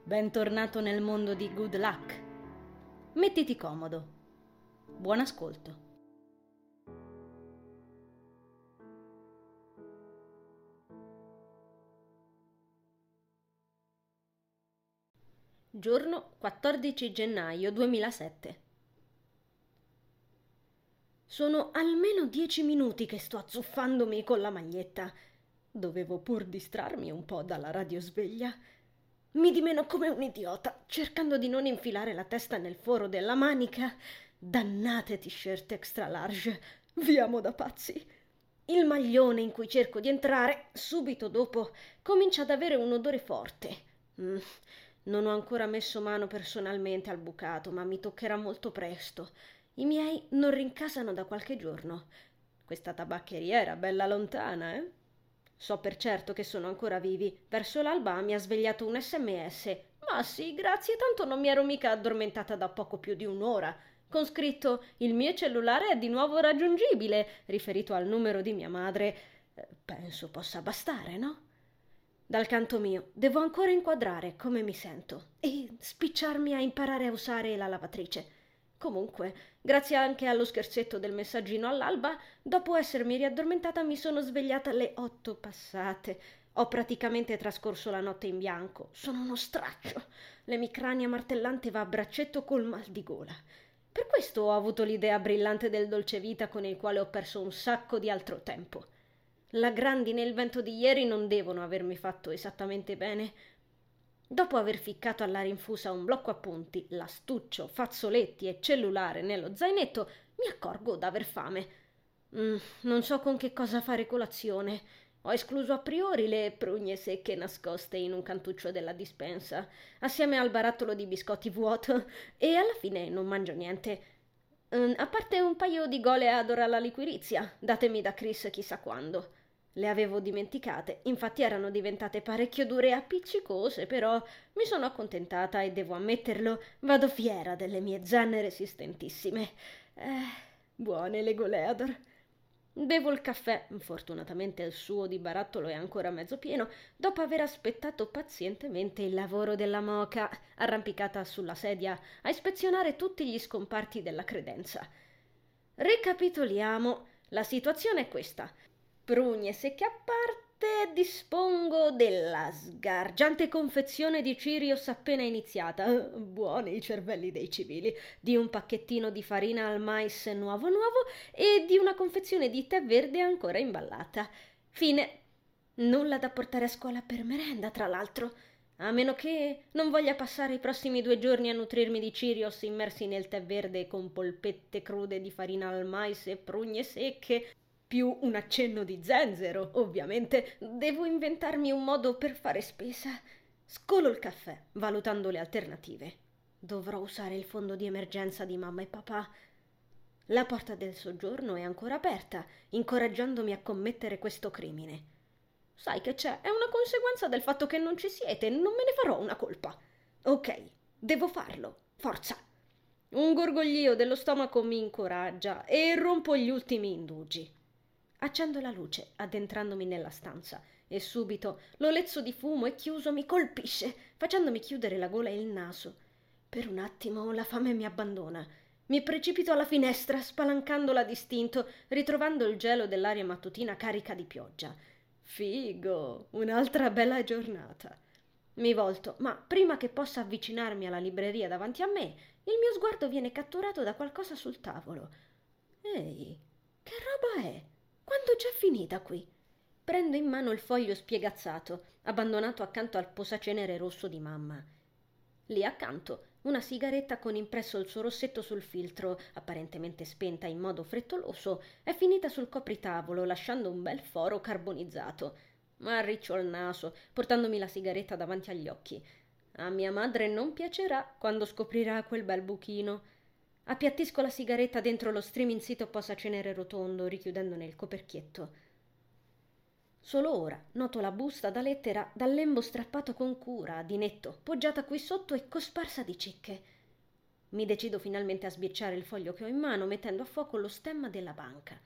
Bentornato nel mondo di Good Luck. Mettiti comodo. Buon ascolto. Giorno 14 gennaio 2007. Sono almeno 10 minuti che sto azzuffandomi con la maglietta. Dovevo pur distrarmi un po' dalla radiosveglia. Mi dimeno come un idiota, cercando di non infilare la testa nel foro della manica. Dannate t-shirt extra large, vi amo da pazzi. Il maglione in cui cerco di entrare, subito dopo, comincia ad avere un odore forte. Non ho ancora messo mano personalmente al bucato, ma mi toccherà molto presto. I miei non rincasano da qualche giorno. Questa tabaccheria era bella lontana, eh? So per certo che sono ancora vivi. Verso l'alba mi ha svegliato un SMS. Ma sì, grazie, tanto non mi ero mica addormentata da poco più di un'ora. Con scritto: il mio cellulare è di nuovo raggiungibile, riferito al numero di mia madre. Penso possa bastare, no? Dal canto mio, devo ancora inquadrare come mi sento e spicciarmi a imparare a usare la lavatrice. Comunque, grazie anche allo scherzetto del messaggino all'alba, dopo essermi riaddormentata mi sono svegliata alle 8 passate. Ho praticamente trascorso la notte in bianco. Sono uno straccio. L'emicrania martellante va a braccetto col mal di gola. Per questo ho avuto l'idea brillante del dolcevita con il quale ho perso un sacco di altro tempo. La grandine e il vento di ieri non devono avermi fatto esattamente bene. Dopo aver ficcato alla rinfusa un blocco appunti, l'astuccio, fazzoletti e cellulare nello zainetto, mi accorgo d'aver fame. Non so con che cosa fare colazione. Ho escluso a priori le prugne secche nascoste in un cantuccio della dispensa, assieme al barattolo di biscotti vuoto, e alla fine non mangio niente. A parte un paio di gole ad alla liquirizia, datemi da Chris chissà quando. Le avevo dimenticate, infatti erano diventate parecchio dure e appiccicose, però mi sono accontentata e devo ammetterlo, vado fiera delle mie zanne resistentissime. Buone le Goleador. Bevo il caffè, fortunatamente il suo di barattolo è ancora mezzo pieno, dopo aver aspettato pazientemente il lavoro della moca, arrampicata sulla sedia a ispezionare tutti gli scomparti della credenza. Ricapitoliamo, la situazione è questa. Prugne secche a parte, dispongo della sgargiante confezione di Cheerios appena iniziata, buoni i cervelli dei civili, di un pacchettino di farina al mais nuovo e di una confezione di tè verde ancora imballata. Fine. Nulla da portare a scuola per merenda, tra l'altro, a meno che non voglia passare i prossimi 2 giorni a nutrirmi di Cheerios immersi nel tè verde con polpette crude di farina al mais e prugne secche, più un accenno di zenzero, ovviamente. Devo inventarmi un modo per fare spesa. Scolo il caffè, valutando le alternative. Dovrò usare il fondo di emergenza di mamma e papà. La porta del soggiorno è ancora aperta, incoraggiandomi a commettere questo crimine. Sai che c'è? È una conseguenza del fatto che non ci siete, non me ne farò una colpa. Ok, devo farlo, forza. Un gorgoglio dello stomaco mi incoraggia e rompo gli ultimi indugi. Accendo la luce, addentrandomi nella stanza, e subito l'olezzo di fumo e chiuso mi colpisce, facendomi chiudere la gola e il naso. Per un attimo la fame mi abbandona. Mi precipito alla finestra, spalancandola a distinto, ritrovando il gelo dell'aria mattutina carica di pioggia. Figo, un'altra bella giornata. Mi volto, ma prima che possa avvicinarmi alla libreria davanti a me, il mio sguardo viene catturato da qualcosa sul tavolo. Ehi, che roba è? Quando c'è finita qui? Prendo in mano il foglio spiegazzato, abbandonato accanto al posacenere rosso di mamma. Lì accanto una sigaretta con impresso il suo rossetto sul filtro, apparentemente spenta in modo frettoloso, è finita sul copritavolo, lasciando un bel foro carbonizzato. Ma arriccio al naso, portandomi la sigaretta davanti agli occhi. A mia madre non piacerà quando scoprirà quel bel buchino. Appiattisco la sigaretta dentro lo striminzito posacenere rotondo, richiudendone il coperchietto. Solo ora noto la busta da lettera dal lembo strappato con cura, di netto, poggiata qui sotto e cosparsa di cicche. Mi decido finalmente a sbirciare il foglio che ho in mano, mettendo a fuoco lo stemma della banca.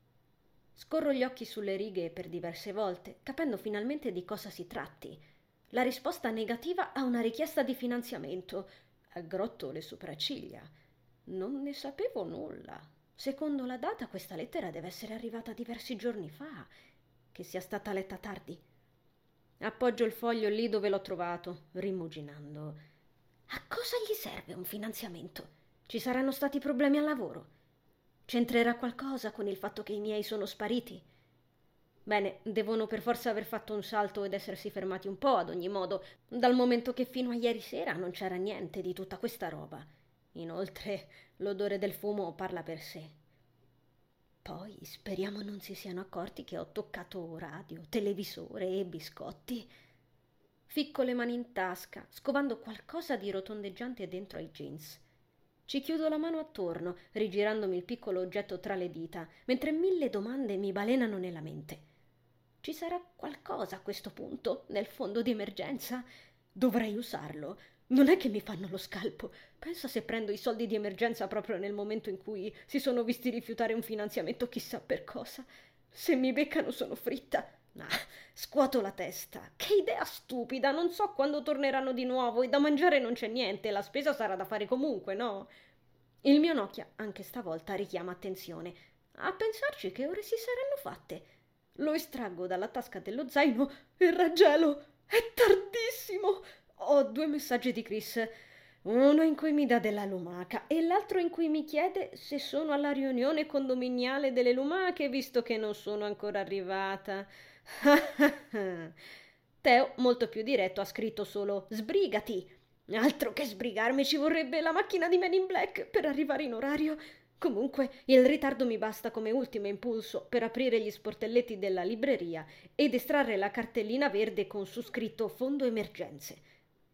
Scorro gli occhi sulle righe per diverse volte, capendo finalmente di cosa si tratti. la risposta negativa a una richiesta di finanziamento. Aggrotto le sopracciglia. Non ne sapevo nulla. Secondo la data, questa lettera deve essere arrivata diversi giorni fa. Che sia stata letta tardi. Appoggio il foglio lì dove l'ho trovato, rimuginando. A cosa gli serve un finanziamento? Ci saranno stati problemi al lavoro? C'entrerà qualcosa con il fatto che i miei sono spariti? Bene, devono per forza aver fatto un salto ed essersi fermati un po', ad ogni modo, dal momento che fino a ieri sera non c'era niente di tutta questa roba. Inoltre, l'odore del fumo parla per sé. Poi speriamo non si siano accorti che ho toccato radio, televisore e biscotti. Ficco le mani in tasca, scovando qualcosa di rotondeggiante dentro ai jeans. Ci chiudo la mano attorno, rigirandomi il piccolo oggetto tra le dita, mentre 1000 domande mi balenano nella mente. Ci sarà qualcosa a questo punto, nel fondo di emergenza? Dovrei usarlo. Non è che mi fanno lo scalpo. Pensa se prendo i soldi di emergenza proprio nel momento in cui si sono visti rifiutare un finanziamento chissà per cosa. Se mi beccano sono fritta. Ah, scuoto la testa. Che idea stupida, non so quando torneranno di nuovo e da mangiare non c'è niente, la spesa sarà da fare comunque, no? Il mio Nokia, anche stavolta, richiama attenzione. A pensarci che ore si saranno fatte. Lo estraggo dalla tasca dello zaino e raggelo. È tardissimo! Ho 2 messaggi di Chris. Uno in cui mi dà della lumaca e l'altro in cui mi chiede se sono alla riunione condominiale delle lumache, visto che non sono ancora arrivata. Teo, molto più diretto, ha scritto solo sbrigati. Altro che sbrigarmi, ci vorrebbe la macchina di Men in Black per arrivare in orario. Comunque, il ritardo mi basta come ultimo impulso per aprire gli sportelletti della libreria ed estrarre la cartellina verde con su scritto Fondo Emergenze.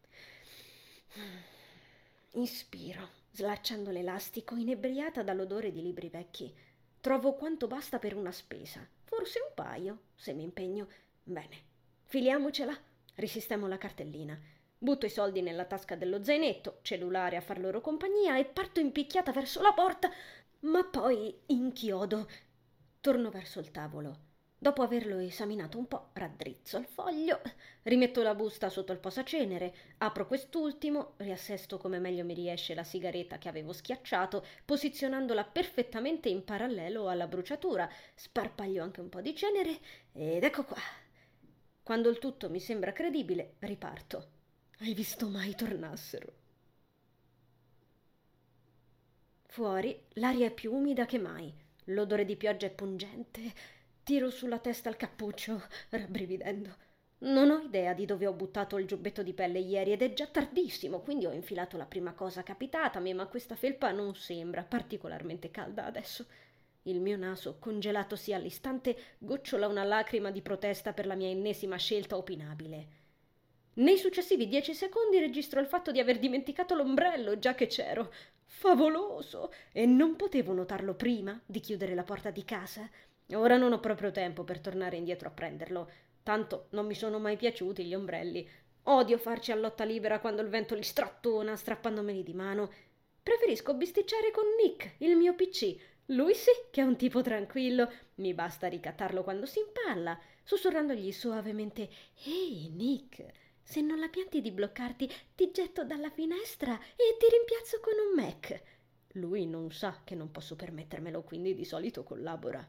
Inspiro, slacciando l'elastico, inebriata dall'odore di libri vecchi. Trovo quanto basta per una spesa, forse un paio, se mi impegno. Bene, filiamocela, risistemo la cartellina. Butto i soldi nella tasca dello zainetto, cellulare a far loro compagnia e parto impicchiata verso la porta, ma poi inchiodo. Torno verso il tavolo. Dopo averlo esaminato un po', raddrizzo il foglio, rimetto la busta sotto il posacenere, apro quest'ultimo, riassesto come meglio mi riesce la sigaretta che avevo schiacciato, posizionandola perfettamente in parallelo alla bruciatura, sparpaglio anche un po' di cenere ed ecco qua. Quando il tutto mi sembra credibile, riparto. Hai visto mai tornassero? Fuori l'aria è più umida che mai, l'odore di pioggia è pungente. Tiro sulla testa il cappuccio, rabbrividendo. Non ho idea di dove ho buttato il giubbetto di pelle ieri ed è già tardissimo, quindi ho infilato la prima cosa capitatami, ma questa felpa non sembra particolarmente calda adesso. Il mio naso, congelatosi all'istante, gocciola una lacrima di protesta per la mia ennesima scelta opinabile. Nei successivi 10 secondi registro il fatto di aver dimenticato l'ombrello, già che c'ero. Favoloso! E non potevo notarlo prima di chiudere la porta di casa. Ora non ho proprio tempo per tornare indietro a prenderlo. Tanto non mi sono mai piaciuti gli ombrelli. Odio farci a lotta libera quando il vento li strattona, strappandomeli di mano. Preferisco bisticciare con Nick, il mio PC. Lui sì che è un tipo tranquillo. Mi basta ricattarlo quando si impalla, sussurrandogli suavemente: «Ehi, Nick, se non la pianti di bloccarti, ti getto dalla finestra e ti rimpiazzo con un Mac». Lui non sa che non posso permettermelo, quindi di solito collabora.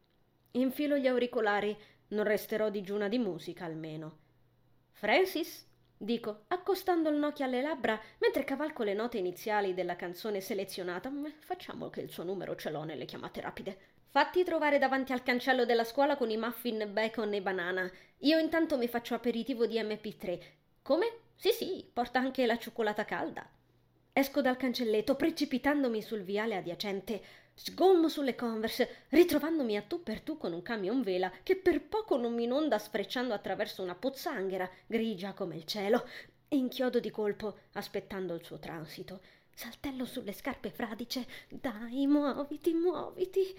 Infilo gli auricolari, non resterò digiuna di musica almeno. «Francis?» dico, accostando il Nokia alle labbra mentre cavalco le note iniziali della canzone selezionata. Facciamo che il suo numero ce l'ho nelle chiamate rapide. «Fatti trovare davanti al cancello della scuola con i muffin, bacon e banana. Io intanto mi faccio aperitivo di MP3. Come? Sì, porta anche la cioccolata calda». Esco dal cancelletto, precipitandomi sul viale adiacente. Sgommo sulle Converse, ritrovandomi a tu per tu con un camion vela che per poco non mi inonda sfrecciando attraverso una pozzanghera, grigia come il cielo, e inchiodo di colpo, aspettando il suo transito. Saltello sulle scarpe fradice. «Dai, muoviti, muoviti!»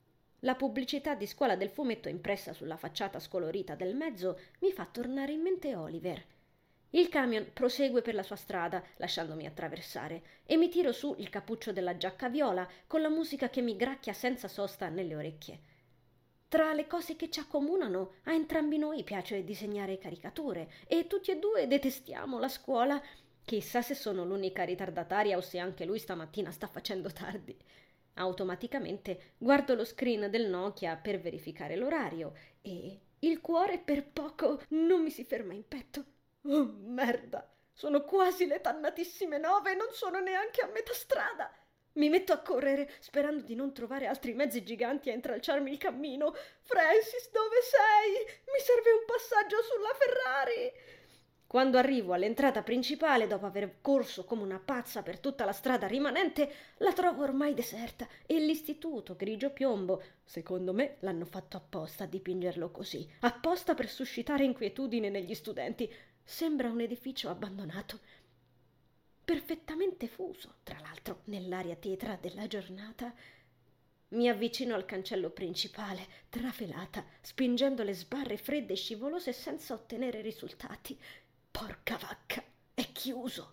La pubblicità di Scuola del Fumetto impressa sulla facciata scolorita del mezzo mi fa tornare in mente Oliver. Il camion prosegue per la sua strada, lasciandomi attraversare, e mi tiro su il cappuccio della giacca viola con la musica che mi gracchia senza sosta nelle orecchie. Tra le cose che ci accomunano, a entrambi noi piace disegnare caricature e tutti e due detestiamo la scuola. Chissà se sono l'unica ritardataria o se anche lui stamattina sta facendo tardi. Automaticamente guardo lo screen del Nokia per verificare l'orario e il cuore per poco non mi si ferma in petto. Oh, merda! Sono quasi le dannatissime 9 e non sono neanche a metà strada. Mi metto a correre, sperando di non trovare altri mezzi giganti a intralciarmi il cammino. Francis, dove sei? Mi serve un passaggio sulla Ferrari. Quando arrivo all'entrata principale, dopo aver corso come una pazza per tutta la strada rimanente, la trovo ormai deserta e l'istituto grigio piombo, secondo me l'hanno fatto apposta a dipingerlo così, apposta per suscitare inquietudine negli studenti. Sembra un edificio abbandonato, perfettamente fuso, tra l'altro, nell'aria tetra della giornata. Mi avvicino al cancello principale, trafelata, spingendo le sbarre fredde e scivolose senza ottenere risultati. Porca vacca, è chiuso.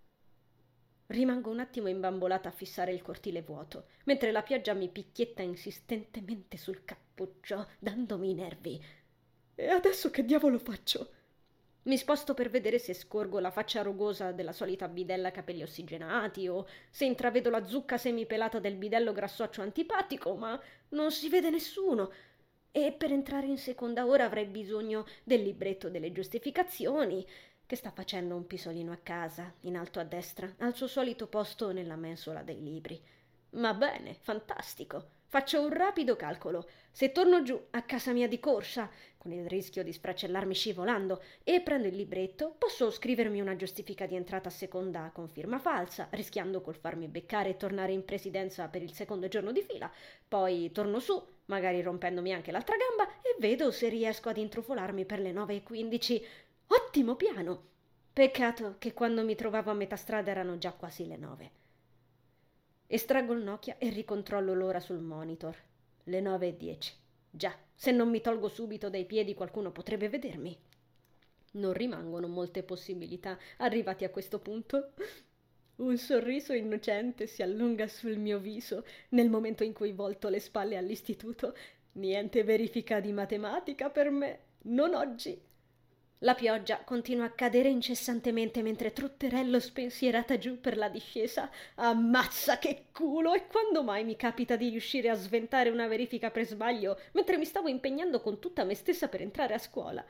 Rimango un attimo imbambolata a fissare il cortile vuoto, mentre la pioggia mi picchietta insistentemente sul cappuccio, dandomi i nervi. E adesso che diavolo faccio? Mi sposto per vedere se scorgo la faccia rugosa della solita bidella a capelli ossigenati o se intravedo la zucca semipelata del bidello grassoccio antipatico, ma non si vede nessuno. E per entrare in seconda ora avrei bisogno del libretto delle giustificazioni, che sta facendo un pisolino a casa, in alto a destra, al suo solito posto nella mensola dei libri. Ma bene, fantastico. Faccio un rapido calcolo. Se torno giù a casa mia di corsa, con il rischio di sfracellarmi scivolando, e prendo il libretto, posso scrivermi una giustifica di entrata a seconda con firma falsa, rischiando col farmi beccare e tornare in presidenza per il secondo giorno di fila. Poi torno su, magari rompendomi anche l'altra gamba, e vedo se riesco ad intrufolarmi per le 9:15. Ottimo piano! Peccato che quando mi trovavo a metà strada erano già quasi le 9. Estraggo il Nokia e ricontrollo l'ora sul monitor. Le 9:10. Già, se non mi tolgo subito dai piedi qualcuno potrebbe vedermi. Non rimangono molte possibilità arrivati a questo punto. Un sorriso innocente si allunga sul mio viso nel momento in cui volto le spalle all'istituto. Niente verifica di matematica per me, non oggi. La pioggia continua a cadere incessantemente mentre trotterello spensierata giù per la discesa. Ammazza che culo! E quando mai mi capita di riuscire a sventare una verifica per sbaglio mentre mi stavo impegnando con tutta me stessa per entrare a scuola?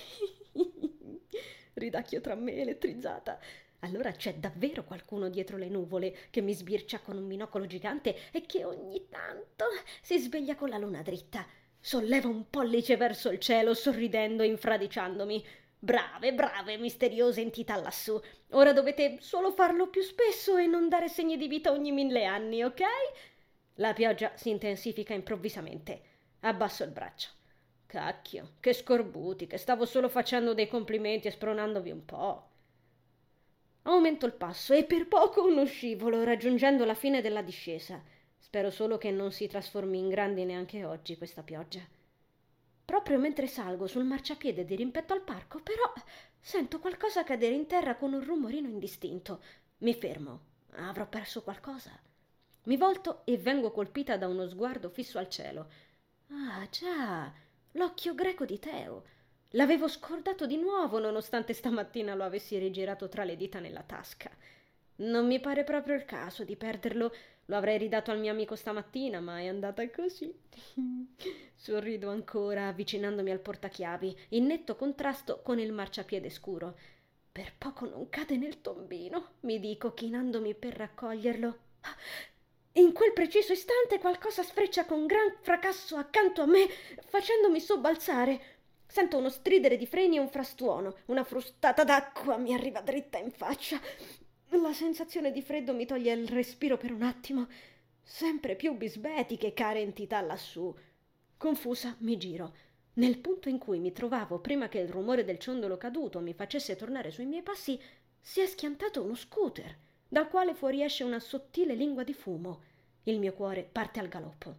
Ridacchio tra me elettrizzata. Allora c'è davvero qualcuno dietro le nuvole che mi sbircia con un binocolo gigante e che ogni tanto si sveglia con la luna dritta. Sollevo un pollice verso il cielo sorridendo e infradiciandomi. Brave, brave, misteriose entità lassù. Ora dovete solo farlo più spesso e non dare segni di vita ogni 1000 anni, ok? La pioggia si intensifica improvvisamente. Abbasso il braccio. Cacchio, che scorbuti, che stavo solo facendo dei complimenti e spronandovi un po'. Aumento il passo e per poco uno scivolo, raggiungendo la fine della discesa. Spero solo che non si trasformi in grandine anche oggi questa pioggia. Proprio mentre salgo sul marciapiede di rimpetto al parco, però sento qualcosa cadere in terra con un rumorino indistinto. Mi fermo. Avrò perso qualcosa? Mi volto e vengo colpita da uno sguardo fisso al cielo. Ah, già, l'occhio greco di Teo. L'avevo scordato di nuovo, nonostante stamattina lo avessi rigirato tra le dita nella tasca. Non mi pare proprio il caso di perderlo. Lo avrei ridato al mio amico stamattina, ma è andata così. Sorrido ancora, avvicinandomi al portachiavi, in netto contrasto con il marciapiede scuro. Per poco non cade nel tombino, mi dico, chinandomi per raccoglierlo. In quel preciso istante qualcosa sfreccia con gran fracasso accanto a me, facendomi sobbalzare. Sento uno stridere di freni e un frastuono. Una frustata d'acqua mi arriva dritta in faccia. La sensazione di freddo mi toglie il respiro per un attimo. Sempre più bisbetiche, care entità lassù. Confusa mi giro. Nel punto in cui mi trovavo prima che il rumore del ciondolo caduto mi facesse tornare sui miei passi, si è schiantato uno scooter, dal quale fuoriesce una sottile lingua di fumo. Il mio cuore parte al galoppo.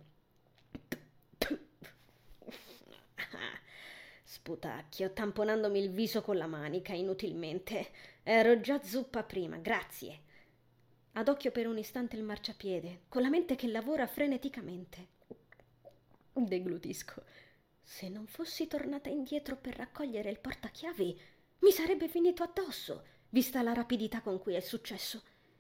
Sputacchio, tamponandomi il viso con la manica inutilmente. Ero già zuppa prima, grazie. Ad occhio per un istante il marciapiede, con la mente che lavora freneticamente. Deglutisco. Se non fossi tornata indietro per raccogliere il portachiavi, mi sarebbe finito addosso, vista la rapidità con cui è successo.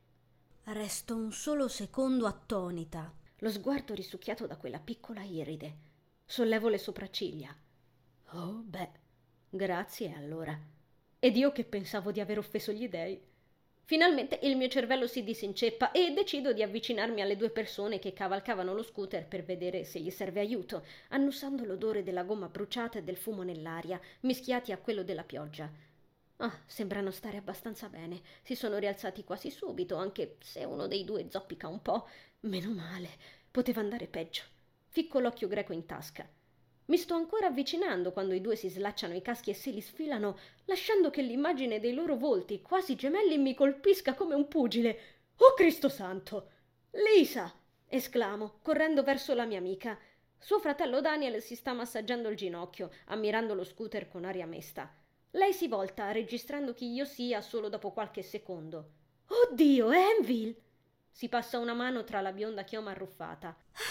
Resto un solo secondo attonita, lo sguardo risucchiato da quella piccola iride. Sollevo le sopracciglia. Oh, beh, grazie allora. Ed io che pensavo di aver offeso gli dèi. Finalmente il mio cervello si disinceppa e decido di avvicinarmi alle due persone che cavalcavano lo scooter per vedere se gli serve aiuto, annusando l'odore della gomma bruciata e del fumo nell'aria, mischiati a quello della pioggia. Ah, sembrano stare abbastanza bene. Si sono rialzati quasi subito, anche se uno dei due zoppica un po'. Meno male, poteva andare peggio. Ficco l'occhio greco in tasca. Mi sto ancora avvicinando quando i due si slacciano i caschi e se li sfilano, lasciando che l'immagine dei loro volti, quasi gemelli, mi colpisca come un pugile. Oh Cristo santo! Lisa! Esclamo, correndo verso la mia amica. Suo fratello Daniel si sta massaggiando il ginocchio, ammirando lo scooter con aria mesta. Lei si volta, registrando chi io sia solo dopo qualche secondo. Oddio, Envil! Si passa una mano tra la bionda chioma arruffata.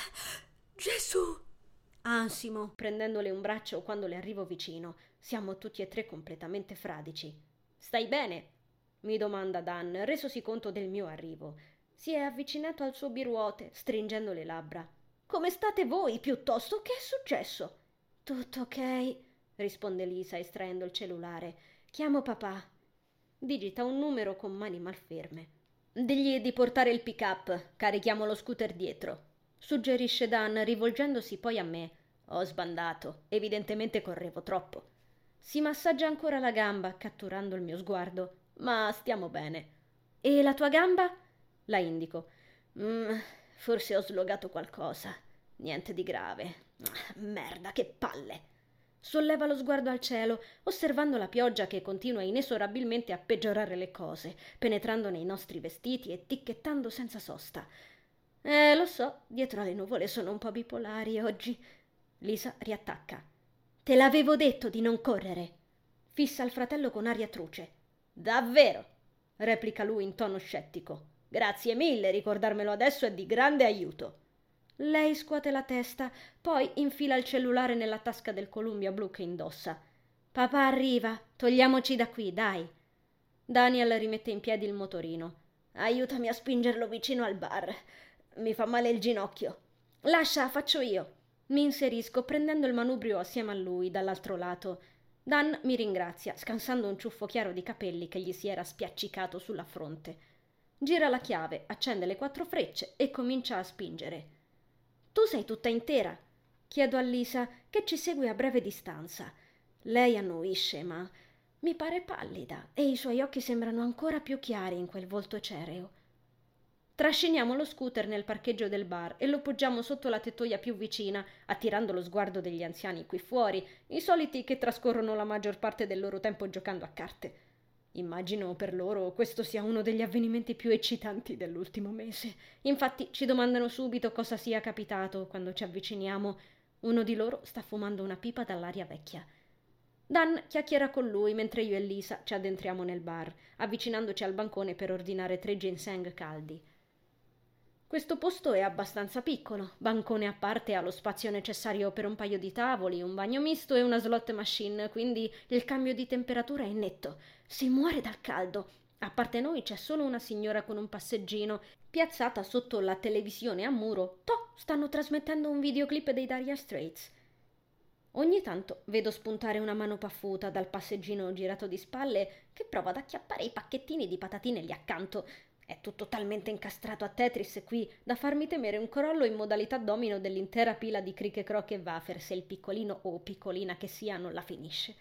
Gesù! Ansimo, prendendole un braccio quando le arrivo vicino. Siamo tutti e tre completamente fradici. Stai bene? Mi domanda Dan, resosi conto del mio arrivo. Si è avvicinato al suo biruote, stringendo le labbra. Come state voi, piuttosto? Che è successo? Tutto ok, risponde Lisa estraendo il cellulare. Chiamo papà. Digita un numero con mani malferme. Digli di portare il pick-up, carichiamo lo scooter dietro. Suggerisce Dan, rivolgendosi poi a me. Ho sbandato, evidentemente correvo troppo. Si massaggia ancora la gamba, catturando il mio sguardo. Ma stiamo bene. E la tua gamba? La indico. Forse ho slogato qualcosa. Niente di grave. Merda, che palle. Solleva lo sguardo al cielo, osservando la pioggia che continua inesorabilmente a peggiorare le cose, penetrando nei nostri vestiti e ticchettando senza sosta. Lo so, dietro alle nuvole sono un po' bipolari oggi. Lisa riattacca. Te l'avevo detto di non correre. Fissa il fratello con aria truce. Davvero? Replica lui in tono scettico. Grazie mille, ricordarmelo adesso è di grande aiuto. Lei scuote la testa, poi infila il cellulare nella tasca del Columbia blu che indossa. Papà arriva, togliamoci da qui, dai. Daniel rimette in piedi il motorino. Aiutami a spingerlo vicino al bar. Mi fa male il ginocchio. Lascia, faccio io. Mi inserisco prendendo il manubrio assieme a lui dall'altro lato. Dan mi ringrazia, scansando un ciuffo chiaro di capelli che gli si era spiaccicato sulla fronte. Gira la chiave, accende le 4 frecce e comincia a spingere. Tu sei tutta intera? Chiedo a Lisa, che ci segue a breve distanza. Lei annuisce, ma mi pare pallida e i suoi occhi sembrano ancora più chiari in quel volto cereo. Trasciniamo lo scooter nel parcheggio del bar e lo poggiamo sotto la tettoia più vicina, attirando lo sguardo degli anziani qui fuori, i soliti che trascorrono la maggior parte del loro tempo giocando a carte. Immagino per loro questo sia uno degli avvenimenti più eccitanti dell'ultimo mese. Infatti ci domandano subito cosa sia capitato quando ci avviciniamo. Uno di loro sta fumando una pipa dall'aria vecchia. Dan chiacchiera con lui mentre io e Lisa ci addentriamo nel bar, avvicinandoci al bancone per ordinare 3 ginseng caldi. Questo posto è abbastanza piccolo, bancone a parte ha lo spazio necessario per un paio di tavoli, un bagno misto e una slot machine, quindi il cambio di temperatura è netto. Si muore dal caldo. A parte noi c'è solo una signora con un passeggino, piazzata sotto la televisione a muro. Stanno trasmettendo un videoclip dei Dire Straits. Ogni tanto vedo spuntare una mano paffuta dal passeggino girato di spalle che prova ad acchiappare i pacchettini di patatine lì accanto. È tutto talmente incastrato a Tetris qui da farmi temere un crollo in modalità domino dell'intera pila di criche croche e wafer se il piccolino o piccolina che sia non la finisce.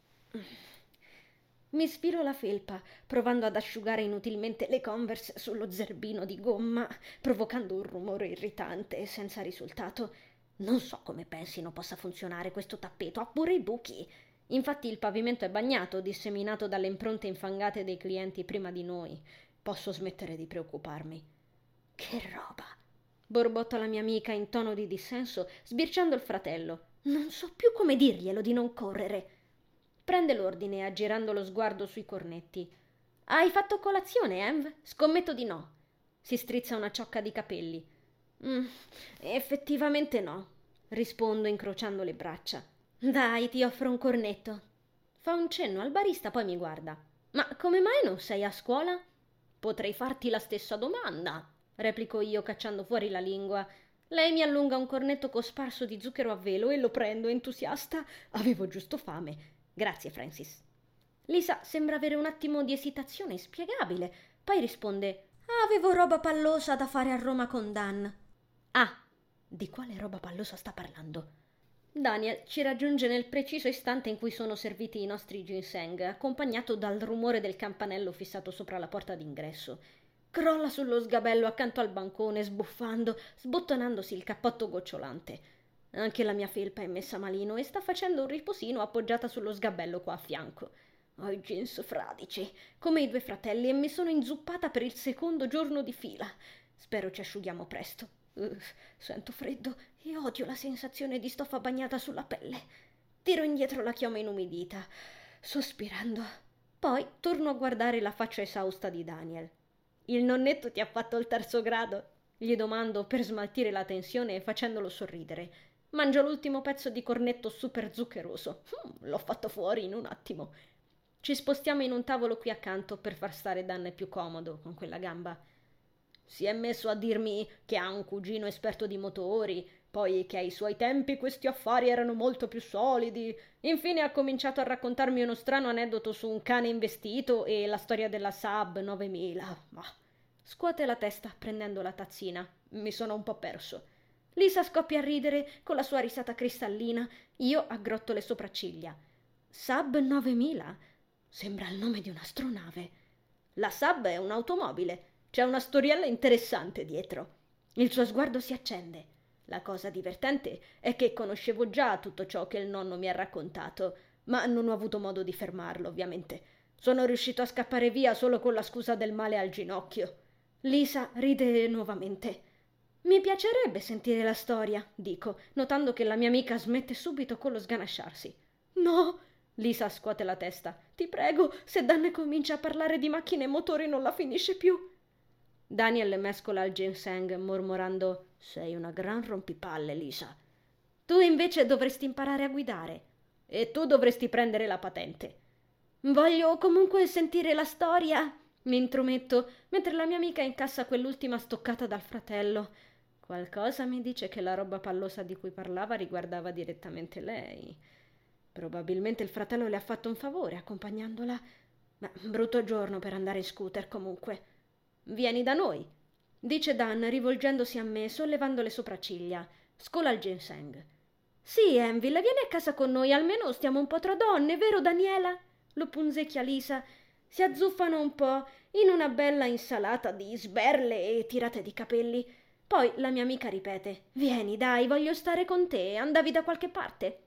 Mi sfilo la felpa, provando ad asciugare inutilmente le Converse sullo zerbino di gomma, provocando un rumore irritante, senza risultato. Non so come pensino possa funzionare questo tappeto, ha pure i buchi. Infatti il pavimento è bagnato, disseminato dalle impronte infangate dei clienti prima di noi. Posso smettere di preoccuparmi. Che roba! Borbotta la mia amica in tono di dissenso, sbirciando il fratello. Non so più come dirglielo di non correre. Prende l'ordine, aggirando lo sguardo sui cornetti. Hai fatto colazione, Env? Scommetto di no. Si strizza una ciocca di capelli. Effettivamente no. rispondo incrociando le braccia. Dai, ti offro un cornetto. Fa un cenno al barista, poi mi guarda. Ma come mai non sei a scuola? Potrei farti la stessa domanda, replico io cacciando fuori la lingua. Lei mi allunga un cornetto cosparso di zucchero a velo e lo prendo entusiasta. Avevo giusto fame. Grazie, Francis. Lisa sembra avere un attimo di esitazione inspiegabile, poi risponde: Avevo roba pallosa da fare a Roma con Dan. Ah, di quale roba pallosa sta parlando? Daniel ci raggiunge nel preciso istante in cui sono serviti i nostri ginseng, accompagnato dal rumore del campanello fissato sopra la porta d'ingresso. Crolla sullo sgabello accanto al bancone, sbuffando, sbottonandosi il cappotto gocciolante. Anche la mia felpa è messa malino e sta facendo un riposino appoggiata sullo sgabello qua a fianco. Ho i jeans fradici, come i due fratelli, e mi sono inzuppata per il secondo giorno di fila. Spero ci asciughiamo presto. Sento freddo e odio la sensazione di stoffa bagnata sulla pelle. Tiro indietro la chioma inumidita, sospirando. Poi torno a guardare la faccia esausta di Daniel. Il nonnetto ti ha fatto il terzo grado? Gli domando per smaltire la tensione e facendolo sorridere. Mangio l'ultimo pezzo di cornetto super zuccheroso. L'ho fatto fuori in un attimo. Ci spostiamo in un tavolo qui accanto per far stare Dan più comodo con quella gamba. Si è messo a dirmi che ha un cugino esperto di motori, poi che ai suoi tempi questi affari erano molto più solidi. Infine ha cominciato a raccontarmi uno strano aneddoto su un cane investito e la storia della Saab 9000. Ma scuote la testa prendendo la tazzina. Mi sono un po' perso. Lisa scoppia a ridere con la sua risata cristallina. Io aggrotto le sopracciglia. Saab 9000? Sembra il nome di un'astronave. La Saab è un'automobile. C'è una storiella interessante dietro. Il suo sguardo si accende. La cosa divertente è che conoscevo già tutto ciò che il nonno mi ha raccontato, ma non ho avuto modo di fermarlo, ovviamente. Sono riuscito a scappare via solo con la scusa del male al ginocchio. Lisa ride nuovamente. Mi piacerebbe sentire la storia, dico, notando che la mia amica smette subito con lo sganasciarsi. No! Lisa scuote la testa. Ti prego, se Dan comincia a parlare di macchine e motori non la finisce più. Daniel mescola il ginseng mormorando: Sei una gran rompipalle, Lisa. Tu invece dovresti imparare a guidare. E tu dovresti prendere la patente. Voglio comunque sentire la storia, mi intrometto, mentre la mia amica incassa quell'ultima stoccata dal fratello. Qualcosa mi dice che la roba pallosa di cui parlava riguardava direttamente lei. Probabilmente il fratello le ha fatto un favore accompagnandola. Ma brutto giorno per andare in scooter comunque. Vieni da noi, dice Dan rivolgendosi a me, sollevando le sopracciglia. Scola il ginseng. Sì, Enville, vieni a casa con noi, almeno stiamo un po' tra donne, vero Daniela? Lo punzecchia Lisa. Si azzuffano un po' in una bella insalata di sberle e tirate di capelli. Poi la mia amica ripete: Vieni, dai, voglio stare con te, andavi da qualche parte?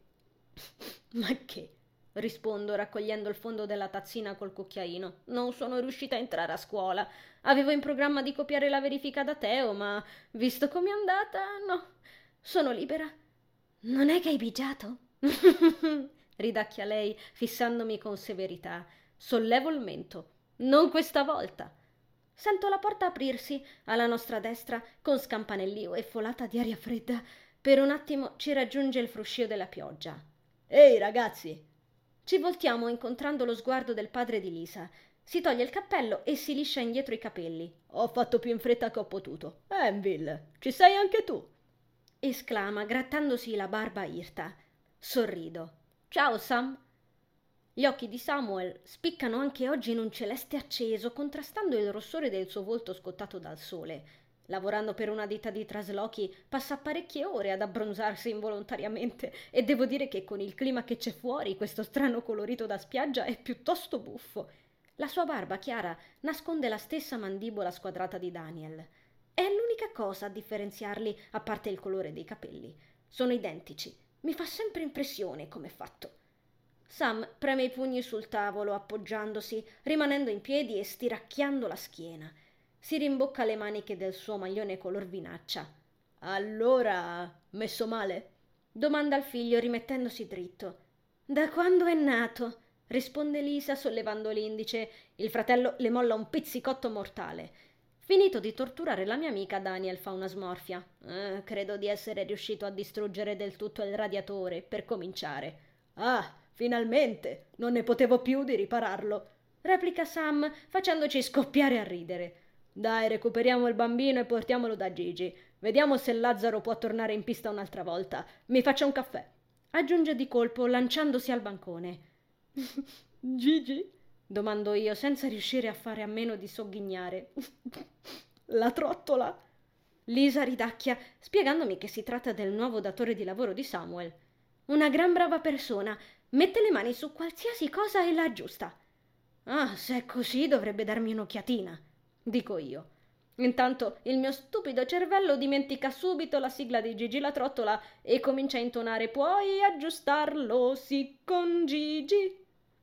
Ma che? Rispondo raccogliendo il fondo della tazzina col cucchiaino. Non sono riuscita a entrare a scuola. Avevo in programma di copiare la verifica da Teo, ma visto com'è andata, no. Sono libera. Non è che hai bigiato? Ridacchia lei, fissandomi con severità. Sollevo il mento. Non questa volta. Sento la porta aprirsi alla nostra destra con scampanellio e folata di aria fredda. Per un attimo ci raggiunge il fruscio della pioggia. Ehi, ragazzi! Ci voltiamo incontrando lo sguardo del padre di Lisa. Si toglie il cappello e si liscia indietro i capelli. Ho fatto più in fretta che ho potuto. Enville, ci sei anche tu? Esclama, grattandosi la barba irta. Sorrido. Ciao, Sam. Gli occhi di Samuel spiccano anche oggi in un celeste acceso, contrastando il rossore del suo volto scottato dal sole. Lavorando per una ditta di traslochi passa parecchie ore ad abbronzarsi involontariamente e devo dire che con il clima che c'è fuori questo strano colorito da spiaggia è piuttosto buffo. La sua barba chiara nasconde la stessa mandibola squadrata di Daniel. È l'unica cosa a differenziarli, a parte il colore dei capelli. Sono identici. Mi fa sempre impressione come è fatto. Sam preme i pugni sul tavolo, appoggiandosi, rimanendo in piedi e stiracchiando la schiena. Si rimbocca le maniche del suo maglione color vinaccia. Allora, messo male? Domanda il figlio rimettendosi dritto. Da quando è nato? Risponde Lisa sollevando l'indice. Il fratello le molla un pizzicotto mortale. Finito di torturare la mia amica, Daniel fa una smorfia. Credo di essere riuscito a distruggere del tutto il radiatore, per cominciare. Ah, finalmente! Non ne potevo più di ripararlo, replica Sam, facendoci scoppiare a ridere. Dai, recuperiamo il bambino e portiamolo da Gigi. Vediamo se Lazzaro può tornare in pista un'altra volta. Mi faccia un caffè, aggiunge di colpo, lanciandosi al bancone. Gigi? Domando io, senza riuscire a fare a meno di sogghignare. La trottola? Lisa ridacchia, spiegandomi che si tratta del nuovo datore di lavoro di Samuel. Una gran brava persona, mette le mani su qualsiasi cosa e la aggiusta. Ah, se è così dovrebbe darmi un'occhiatina, dico io. Intanto il mio stupido cervello dimentica subito la sigla di Gigi la trottola e comincia a intonare «Puoi aggiustarlo, sì, con Gigi».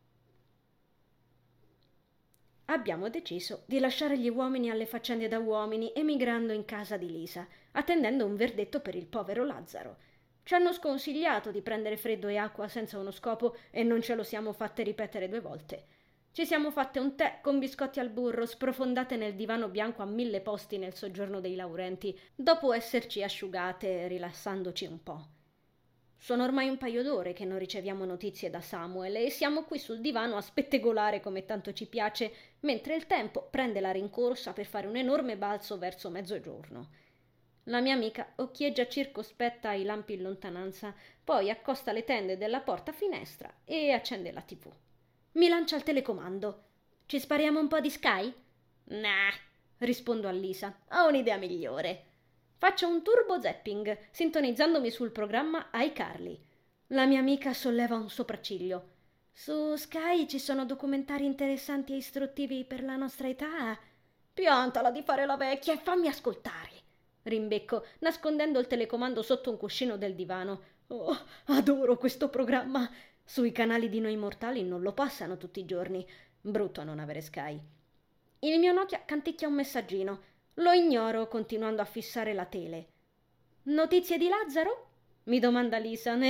Abbiamo deciso di lasciare gli uomini alle faccende da uomini emigrando in casa di Lisa, attendendo un verdetto per il povero Lazzaro. Ci hanno sconsigliato di prendere freddo e acqua senza uno scopo e non ce lo siamo fatte ripetere 2 volte. Ci siamo fatte un tè con biscotti al burro sprofondate nel divano bianco a 1000 posti nel soggiorno dei Laurenti, dopo esserci asciugate rilassandoci un po'. Sono ormai un paio d'ore che non riceviamo notizie da Samuel e siamo qui sul divano a spettegolare come tanto ci piace, mentre il tempo prende la rincorsa per fare un enorme balzo verso mezzogiorno. La mia amica occhieggia circospetta i lampi in lontananza, poi accosta le tende della porta finestra e accende la TV. Mi lancia il telecomando. Ci spariamo un po' di Sky? Nah, rispondo a Lisa. Ho un'idea migliore. Faccio un turbo zapping, sintonizzandomi sul programma iCarly. La mia amica solleva un sopracciglio. Su Sky ci sono documentari interessanti e istruttivi per la nostra età. Piantala di fare la vecchia e fammi ascoltare, rimbecco, nascondendo il telecomando sotto un cuscino del divano. Oh, adoro questo programma. Sui canali di Noi Mortali non lo passano tutti i giorni. Brutto a non avere Sky. Il mio Nokia canticchia un messaggino. Lo ignoro, continuando a fissare la tele. Notizie di Lazzaro? Mi domanda Lisa.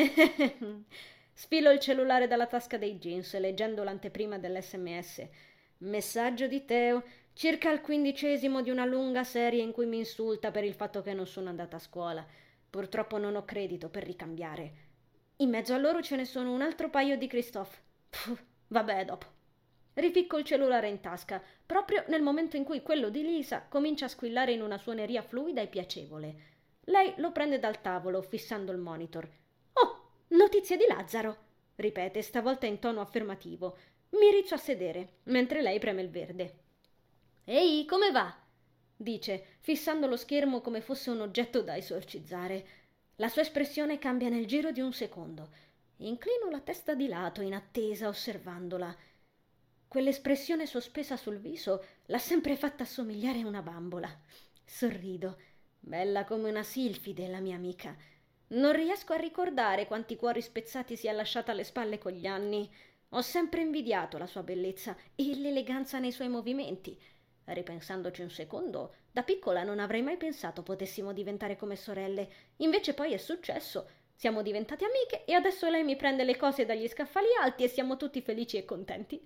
Sfilo il cellulare dalla tasca dei jeans, leggendo l'anteprima dell'SMS. Messaggio di Teo, circa il 15° di una lunga serie in cui mi insulta per il fatto che non sono andata a scuola. Purtroppo non ho credito per ricambiare. In mezzo a loro ce ne sono un altro paio di Christophe. Vabbè, dopo. Rificco il cellulare in tasca, proprio nel momento in cui quello di Lisa comincia a squillare in una suoneria fluida e piacevole. Lei lo prende dal tavolo, fissando il monitor. «Oh, notizie di Lazzaro!» ripete, stavolta in tono affermativo. Mi rizzo a sedere, mentre lei preme il verde. «Ehi, come va?» dice, fissando lo schermo come fosse un oggetto da esorcizzare. La sua espressione cambia nel giro di un secondo. Inclino la testa di lato, in attesa, osservandola. Quell'espressione sospesa sul viso l'ha sempre fatta assomigliare a una bambola. Sorrido. Bella come una silfide, la mia amica. Non riesco a ricordare quanti cuori spezzati si è lasciata alle spalle con gli anni. Ho sempre invidiato la sua bellezza e l'eleganza nei suoi movimenti. Ripensandoci un secondo, da piccola non avrei mai pensato potessimo diventare come sorelle. Invece poi è successo. Siamo diventate amiche e adesso lei mi prende le cose dagli scaffali alti e siamo tutti felici e contenti.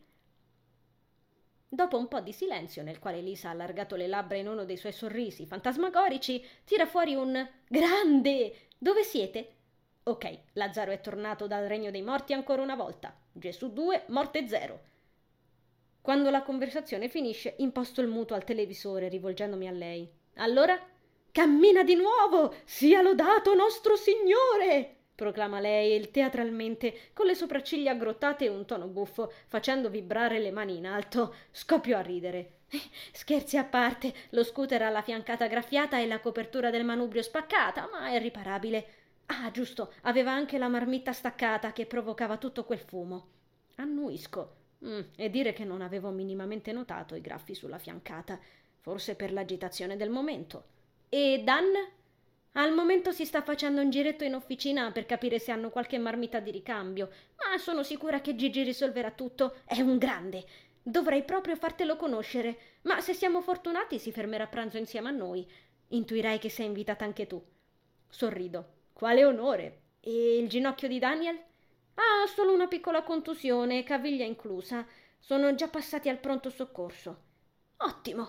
Dopo un po' di silenzio, nel quale Lisa ha allargato le labbra in uno dei suoi sorrisi fantasmagorici, tira fuori un «Grande! Dove siete?» Ok, Lazzaro è tornato dal regno dei morti ancora una volta. Gesù 2, morte 0. Quando la conversazione finisce, imposto il muto al televisore, rivolgendomi a lei. Allora? «Cammina di nuovo! Sia lodato nostro Signore!» proclama lei teatralmente, con le sopracciglia aggrottate e un tono buffo, facendo vibrare le mani in alto. Scoppio a ridere. Scherzi a parte, lo scooter ha la fiancata graffiata e la copertura del manubrio spaccata, ma è riparabile. Ah, giusto, aveva anche la marmitta staccata che provocava tutto quel fumo. Annuisco. E dire che non avevo minimamente notato i graffi sulla fiancata, forse per l'agitazione del momento. E Dan? Al momento si sta facendo un giretto in officina per capire se hanno qualche marmita di ricambio, ma sono sicura che Gigi risolverà tutto. È un grande. Dovrei proprio fartelo conoscere, ma se siamo fortunati si fermerà a pranzo insieme a noi. Intuirai che sei invitata anche tu. Sorrido. Quale onore! E il ginocchio di Daniel? Ah, solo una piccola contusione, caviglia inclusa. Sono già passati al pronto soccorso. Ottimo!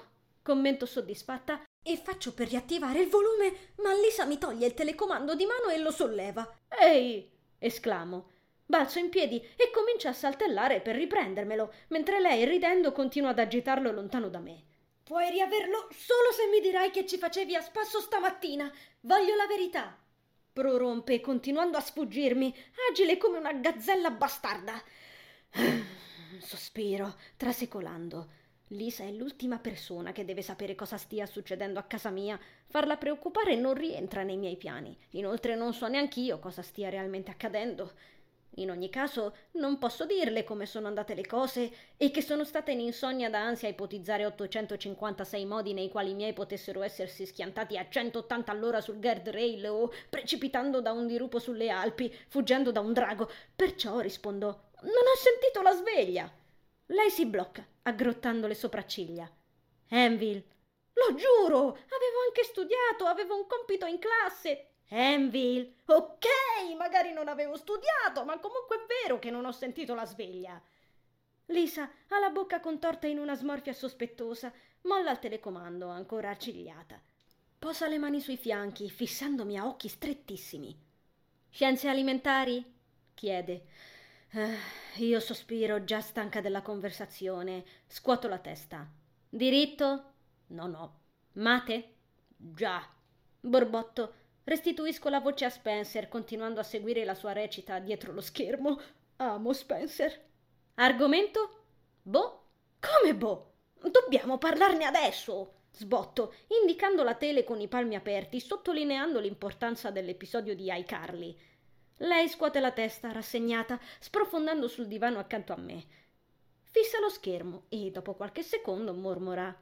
Commento soddisfatta e faccio per riattivare il volume, ma Lisa mi toglie il telecomando di mano e lo solleva. «Ehi!» esclamo. Balzo in piedi e comincia a saltellare per riprendermelo, mentre lei, ridendo, continua ad agitarlo lontano da me. «Puoi riaverlo solo se mi dirai che ci facevi a spasso stamattina. Voglio la verità!» prorompe, continuando a sfuggirmi, agile come una gazzella bastarda. Sospiro, trasecolando. Lisa è l'ultima persona che deve sapere cosa stia succedendo a casa mia. Farla preoccupare non rientra nei miei piani. Inoltre non so neanch'io cosa stia realmente accadendo. In ogni caso, non posso dirle come sono andate le cose e che sono stata in insonnia da ansia a ipotizzare 856 modi nei quali i miei potessero essersi schiantati a 180 all'ora sul guardrail o precipitando da un dirupo sulle Alpi, fuggendo da un drago. Perciò rispondo: «Non ho sentito la sveglia!» Lei si blocca, aggrottando le sopracciglia. «Anvil!» «Lo giuro! Avevo anche studiato, avevo un compito in classe!» «Anvil!» «Ok, magari non avevo studiato, ma comunque è vero che non ho sentito la sveglia!» Lisa ha la bocca contorta in una smorfia sospettosa, molla il telecomando, ancora accigliata. Posa le mani sui fianchi, fissandomi a occhi strettissimi. «Scienze alimentari?» chiede. Io sospiro, già stanca della conversazione. Scuoto la testa. «Diritto?» No. «Mate?» Già. Borbotto. Restituisco la voce a Spencer, continuando a seguire la sua recita dietro lo schermo. Amo Spencer. «Argomento?» «Boh». «Come boh? Dobbiamo parlarne adesso!» sbotto, indicando la tele con i palmi aperti, sottolineando l'importanza dell'episodio di iCarly. Lei scuote la testa, rassegnata, sprofondando sul divano accanto a me. Fissa lo schermo e, dopo qualche secondo, mormora: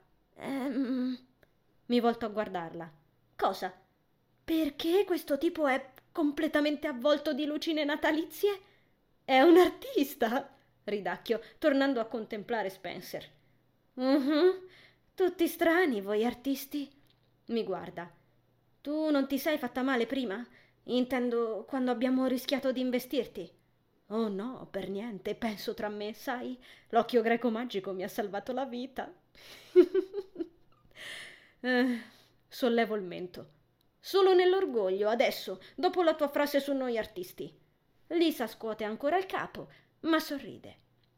Mi volto a guardarla. «Cosa?» «Perché questo tipo è completamente avvolto di lucine natalizie?» «È un artista!» ridacchio, tornando a contemplare Spencer. Tutti strani voi artisti!» Mi guarda. «Tu non ti sei fatta male prima? Intendo quando abbiamo rischiato di investirti?» «Oh no, per niente, penso tra me, sai? L'occhio greco magico mi ha salvato la vita!» Sollevo il mento. «Solo nell'orgoglio, adesso, dopo la tua frase su noi artisti!» Lisa scuote ancora il capo, ma sorride.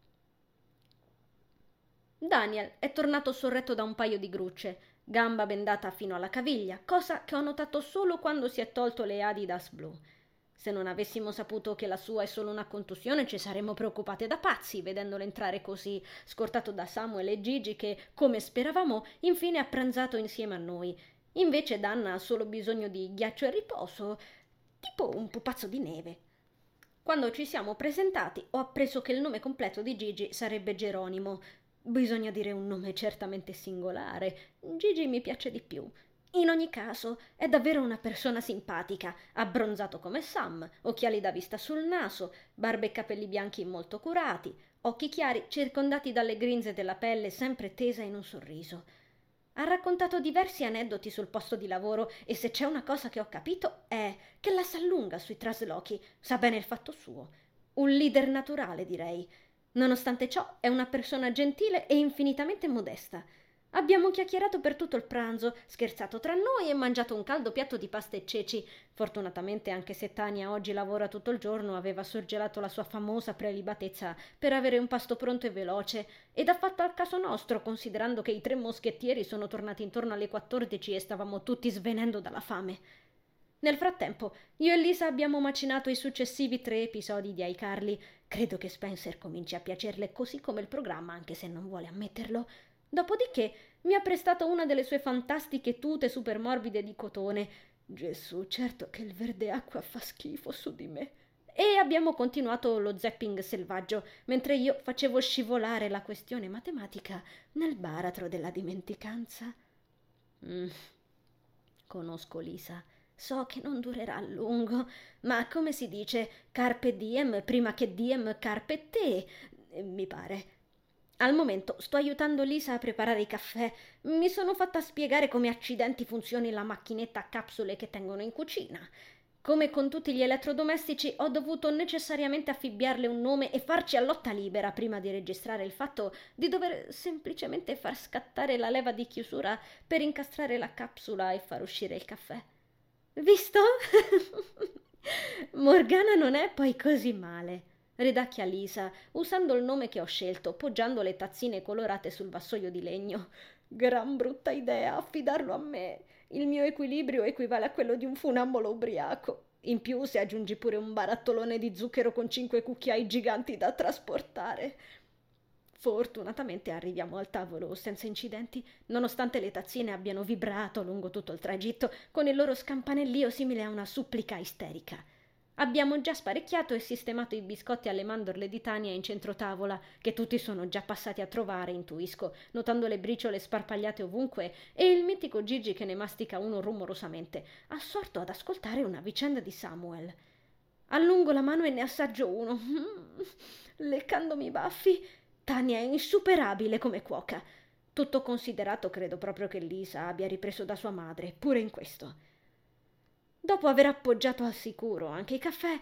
Daniel è tornato sorretto da un paio di grucce, gamba bendata fino alla caviglia, cosa che ho notato solo quando si è tolto le Adidas blu. Se non avessimo saputo che la sua è solo una contusione, ci saremmo preoccupate da pazzi vedendolo entrare così, scortato da Samuel e Gigi che, come speravamo, infine ha pranzato insieme a noi. Invece Danna ha solo bisogno di ghiaccio e riposo, tipo un pupazzo di neve. Quando ci siamo presentati ho appreso che il nome completo di Gigi sarebbe Geronimo. Bisogna dire un nome certamente singolare. Gigi mi piace di più. In ogni caso, è davvero una persona simpatica, abbronzato come Sam, occhiali da vista sul naso, barba e capelli bianchi molto curati, occhi chiari circondati dalle grinze della pelle sempre tesa in un sorriso. Ha raccontato diversi aneddoti sul posto di lavoro e se c'è una cosa che ho capito è che la s'allunga sui traslochi, sa bene il fatto suo. Un leader naturale, direi. Nonostante ciò, è una persona gentile e infinitamente modesta. Abbiamo chiacchierato per tutto il pranzo, scherzato tra noi e mangiato un caldo piatto di pasta e ceci. Fortunatamente, anche se Tania oggi lavora tutto il giorno, aveva sorgelato la sua famosa prelibatezza per avere un pasto pronto e veloce, ed ha fatto al caso nostro, considerando che i 3 moschettieri sono tornati intorno alle 14 e stavamo tutti svenendo dalla fame. Nel frattempo, io e Lisa abbiamo macinato i successivi 3 episodi di iCarly. Credo che Spencer cominci a piacerle così come il programma, anche se non vuole ammetterlo. Dopodiché mi ha prestato una delle sue fantastiche tute super morbide di cotone. Gesù, certo che il verde acqua fa schifo su di me. E abbiamo continuato lo zapping selvaggio, mentre io facevo scivolare la questione matematica nel baratro della dimenticanza. Conosco Lisa. So che non durerà a lungo, ma come si dice, carpe diem prima che diem carpe te, mi pare. Al momento sto aiutando Lisa a preparare i caffè. Mi sono fatta spiegare come accidenti funzioni la macchinetta a capsule che tengono in cucina. Come con tutti gli elettrodomestici, ho dovuto necessariamente affibbiarle un nome e farci a lotta libera prima di registrare il fatto di dover semplicemente far scattare la leva di chiusura per incastrare la capsula e far uscire il caffè. Visto? Morgana non è poi così male, ridacchia Lisa, usando il nome che ho scelto, poggiando le tazzine colorate sul vassoio di legno. Gran brutta idea affidarlo a me. Il mio equilibrio equivale a quello di un funambolo ubriaco. In più, se aggiungi pure un barattolone di zucchero con 5 cucchiai giganti da trasportare. Fortunatamente arriviamo al tavolo senza incidenti, nonostante le tazzine abbiano vibrato lungo tutto il tragitto con il loro scampanellio simile a una supplica isterica. Abbiamo già sparecchiato e sistemato i biscotti alle mandorle di Tania in centro tavola, che tutti sono già passati a trovare, intuisco, notando le briciole sparpagliate ovunque e il mitico Gigi che ne mastica uno rumorosamente, assorto ad ascoltare una vicenda di Samuel. Allungo la mano e ne assaggio uno, leccandomi i baffi. Tania è insuperabile come cuoca. Tutto considerato, credo proprio che Lisa abbia ripreso da sua madre, pure in questo. Dopo aver appoggiato al sicuro anche i caffè,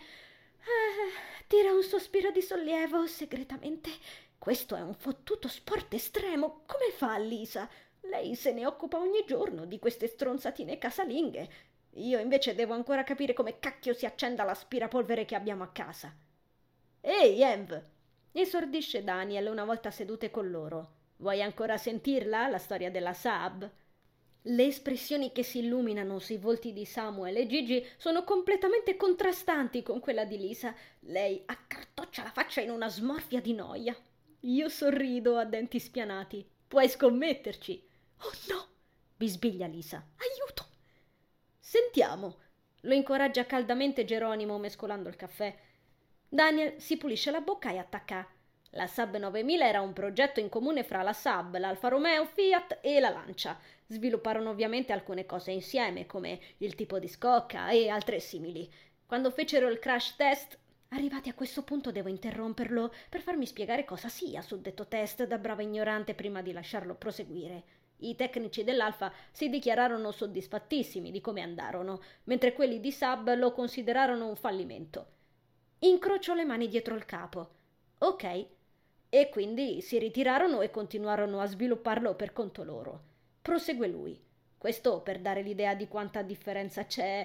tira un sospiro di sollievo segretamente. Questo è un fottuto sport estremo. Come fa Lisa? Lei se ne occupa ogni giorno di queste stronzatine casalinghe. Io invece devo ancora capire come cacchio si accenda l'aspirapolvere che abbiamo a casa. Ehi, Env! Esordisce Daniel una volta sedute con loro. Vuoi ancora sentirla, la storia della Saab? Le espressioni che si illuminano sui volti di Samuel e Gigi sono completamente contrastanti con quella di Lisa. Lei accartoccia la faccia in una smorfia di noia. Io sorrido a denti spianati. Puoi scommetterci. Oh no! Bisbiglia Lisa. Aiuto! Sentiamo. Lo incoraggia caldamente Geronimo mescolando il caffè. Daniel si pulisce la bocca e attacca. La Saab 9000 era un progetto in comune fra la Saab, l'Alfa Romeo, Fiat e la Lancia. Svilupparono ovviamente alcune cose insieme, come il tipo di scocca e altre simili. Quando fecero il crash test, arrivati a questo punto devo interromperlo per farmi spiegare cosa sia suddetto test da brava ignorante prima di lasciarlo proseguire. I tecnici dell'Alfa si dichiararono soddisfattissimi di come andarono, mentre quelli di Saab lo considerarono un fallimento. Incrocio le mani dietro il capo. Ok. E quindi si ritirarono e continuarono a svilupparlo per conto loro. Prosegue lui. Questo per dare l'idea di quanta differenza c'è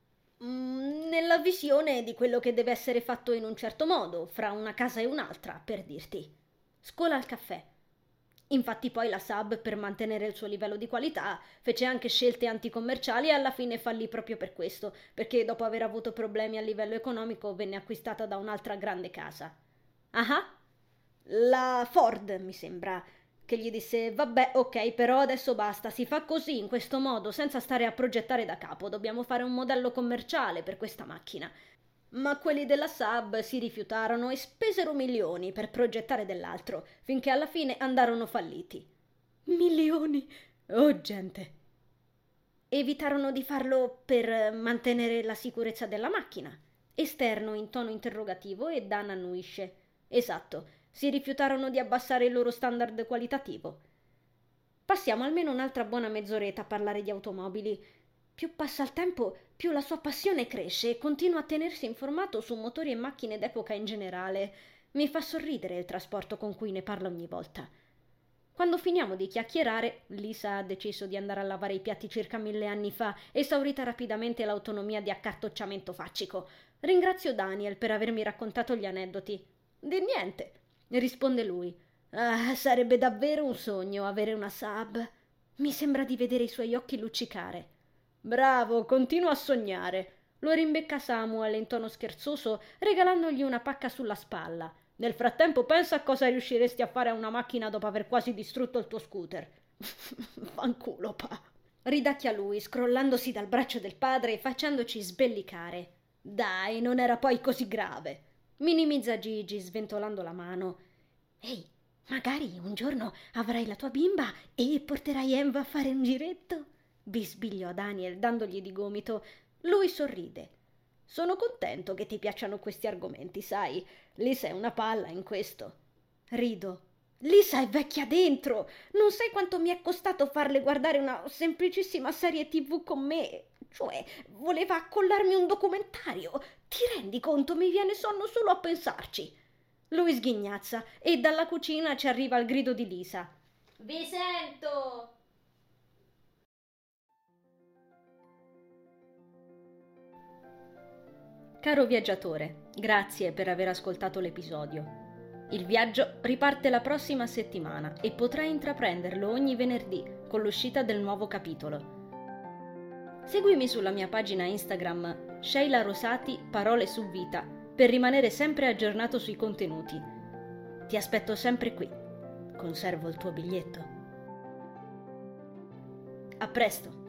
nella visione di quello che deve essere fatto in un certo modo, fra una casa e un'altra, per dirti. Scola al caffè. Infatti poi la Saab, per mantenere il suo livello di qualità, fece anche scelte anticommerciali e alla fine fallì proprio per questo, perché dopo aver avuto problemi a livello economico venne acquistata da un'altra grande casa. Ah, la Ford, mi sembra, che gli disse: vabbè, ok, però adesso basta, si fa così, in questo modo, senza stare a progettare da capo, dobbiamo fare un modello commerciale per questa macchina. Ma quelli della Saab si rifiutarono e spesero milioni per progettare dell'altro, finché alla fine andarono falliti. Milioni? Oh, gente! Evitarono di farlo per mantenere la sicurezza della macchina. Esterno in tono interrogativo e Dan annuisce. Esatto, si rifiutarono di abbassare il loro standard qualitativo. Passiamo almeno un'altra buona mezz'oretta a parlare di automobili. Più passa il tempo, più la sua passione cresce e continua a tenersi informato su motori e macchine d'epoca in generale. Mi fa sorridere il trasporto con cui ne parla ogni volta. Quando finiamo di chiacchierare, Lisa ha deciso di andare a lavare i piatti circa 1000 anni fa, esaurita rapidamente l'autonomia di accartocciamento faccico. Ringrazio Daniel per avermi raccontato gli aneddoti. Di niente, risponde lui. Ah, sarebbe davvero un sogno avere una Saab. Mi sembra di vedere i suoi occhi luccicare. Bravo, continua a sognare. Lo rimbecca Samuel in tono scherzoso, regalandogli una pacca sulla spalla. Nel frattempo pensa a cosa riusciresti a fare a una macchina dopo aver quasi distrutto il tuo scooter. Fanculo, pa. Ridacchia lui, scrollandosi dal braccio del padre e facendoci sbellicare. Dai, non era poi così grave. Minimizza Gigi, sventolando la mano. Ehi, magari un giorno avrai la tua bimba e porterai Env a fare un giretto? Bisbigliò Daniel, dandogli di gomito. Lui sorride. Sono contento che ti piacciono questi argomenti, sai. Lisa è una palla in questo. Rido. Lisa è vecchia dentro. Non sai quanto mi è costato farle guardare una semplicissima serie TV con me. Cioè, voleva accollarmi un documentario. Ti rendi conto? Mi viene sonno solo a pensarci. Lui sghignazza e dalla cucina ci arriva il grido di Lisa. Vi sento! Caro viaggiatore, grazie per aver ascoltato l'episodio. Il viaggio riparte la prossima settimana e potrai intraprenderlo ogni venerdì con l'uscita del nuovo capitolo. Seguimi sulla mia pagina Instagram Sheila Rosati Parole su Vita per rimanere sempre aggiornato sui contenuti. Ti aspetto sempre qui. Conservo il tuo biglietto. A presto!